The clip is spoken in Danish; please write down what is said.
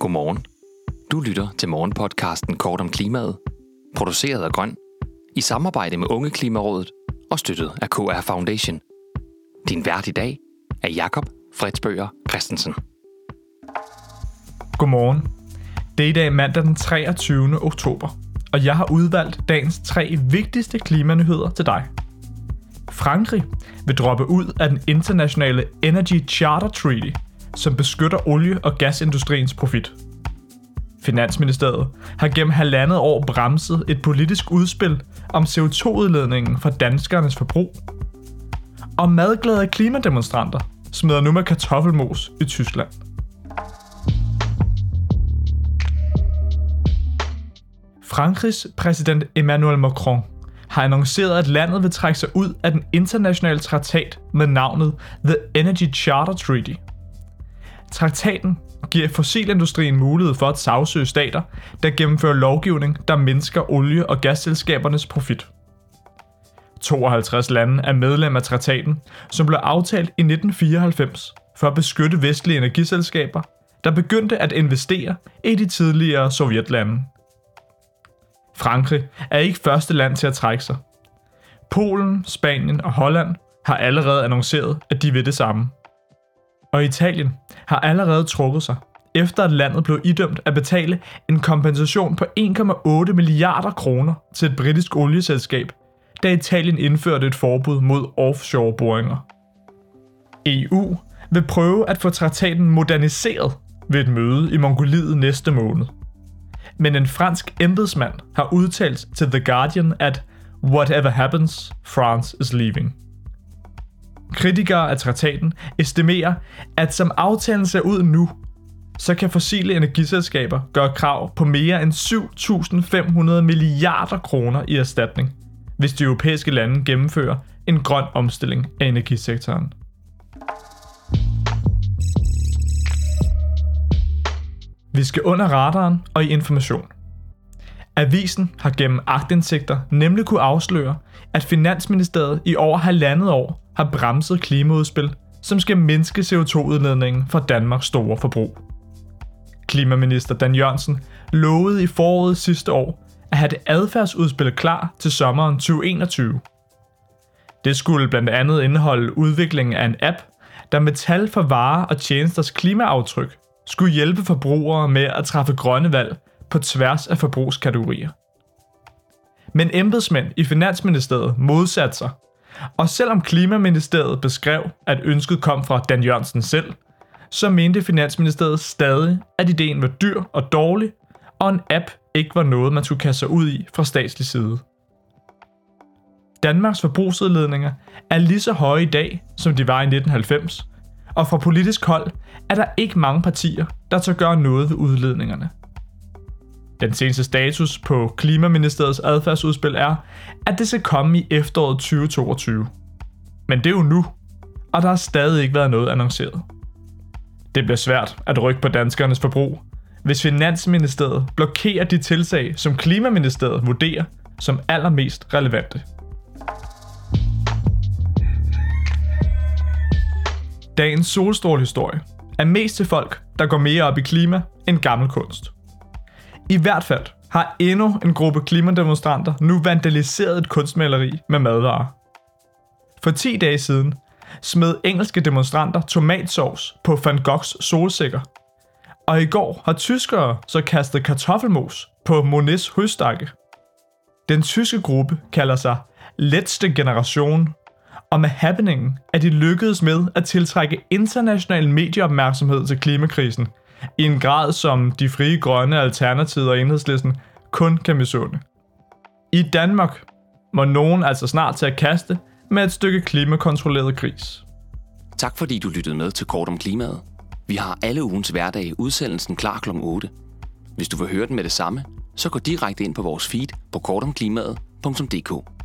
Godmorgen. Du lytter til morgenpodcasten Kort om klimaet, produceret af Grøn, i samarbejde med Unge Klimarådet og støttet af KR Foundation. Din vært i dag er Jakob Fredsbøger Christensen. Godmorgen. Det er i dag mandag den 23. oktober, og jeg har udvalgt dagens 3 vigtigste klimanyheder til dig. Frankrig vil droppe ud af den internationale Energy Charter Treaty, som beskytter olie- og gasindustriens profit. Finansministeriet har gennem 1,5 år bremset et politisk udspil om CO2-udledningen fra danskernes forbrug. Og madglade klimademonstranter smider nu med kartoffelmos i Tyskland. Frankrigs præsident Emmanuel Macron har annonceret, at landet vil trække sig ud af den internationale traktat med navnet The Energy Charter Treaty. Traktaten giver fossilindustrien mulighed for at sagsøge stater, der gennemfører lovgivning, der mindsker olie- og gasselskabernes profit. 52 lande er medlem af traktaten, som blev aftalt i 1994 for at beskytte vestlige energiselskaber, der begyndte at investere i de tidligere sovjetlande. Frankrig er ikke første land til at trække sig. Polen, Spanien og Holland har allerede annonceret, at de vil det samme. Og Italien har allerede trukket sig, efter at landet blev idømt at betale en kompensation på 1,8 milliarder kroner til et britisk olieselskab, da Italien indførte et forbud mod offshore-boringer. EU vil prøve at få traktaten moderniseret ved et møde i Mongoliet næste måned. Men en fransk embedsmand har udtalt til The Guardian, at whatever happens, France is leaving. Kritikere af traktaten estimerer, at som aftalen ser ud nu, så kan fossile energiselskaber gøre krav på mere end 7.500 milliarder kroner i erstatning, hvis de europæiske lande gennemfører en grøn omstilling af energisektoren. Vi skal under radaren og i information. Avisen har gennem aktindsigter nemlig kunne afsløre, at Finansministeriet i over 1,5 år har bremset klimaudspil, som skal mindske CO2-udledningen fra Danmarks store forbrug. Klimaminister Dan Jørgensen lovede i foråret sidste år at have det adfærdsudspil klar til sommeren 2021. Det skulle blandt andet indeholde udviklingen af en app, der med tal for varer og tjenesters klimaaftryk skulle hjælpe forbrugere med at træffe grønne valg på tværs af forbrugskategorier. Men embedsmænd i Finansministeriet modsatte sig, og selvom Klimaministeriet beskrev, at ønsket kom fra Dan Jørgensen selv, så mente Finansministeriet stadig, at ideen var dyr og dårlig, og en app ikke var noget, man skulle kaste sig ud i fra statslig side. Danmarks forbrugsudledninger er lige så høje i dag, som de var i 1990, og fra politisk hold er der ikke mange partier, der tør gøre noget ved udledningerne. Den seneste status på Klimaministeriets adfærdsudspil er, at det skal komme i efteråret 2022. Men det er jo nu, og der har stadig ikke været noget annonceret. Det bliver svært at rykke på danskernes forbrug, hvis Finansministeriet blokerer de tiltag, som Klimaministeriet vurderer som allermest relevante. Dagens solstrålehistorie er mest til folk, der går mere op i klima end gammel kunst. I hvert fald har endnu en gruppe klimademonstranter nu vandaliseret et kunstmaleri med madvarer. For 10 dage siden smed engelske demonstranter tomatsovs på Van Goghs solsikker. Og i går har tyskere så kastet kartoffelmos på Monets høstakke. Den tyske gruppe kalder sig Letzte Generation, og med happeningen er de lykkedes med at tiltrække international medieopmærksomhed til klimakrisen, i en grad som de Frie Grønne, Alternativet og Enhedslisten kun kan misunde. I Danmark må nogen altså snart til at kaste med et stykke klimakontrolleret gris. Tak fordi du lyttede med til Kort om klimaet. Vi har alle ugens hverdage udsendelsen klar kl. 8. Hvis du vil høre den med det samme, så gå direkte ind på vores feed på kortomklimaet.dk.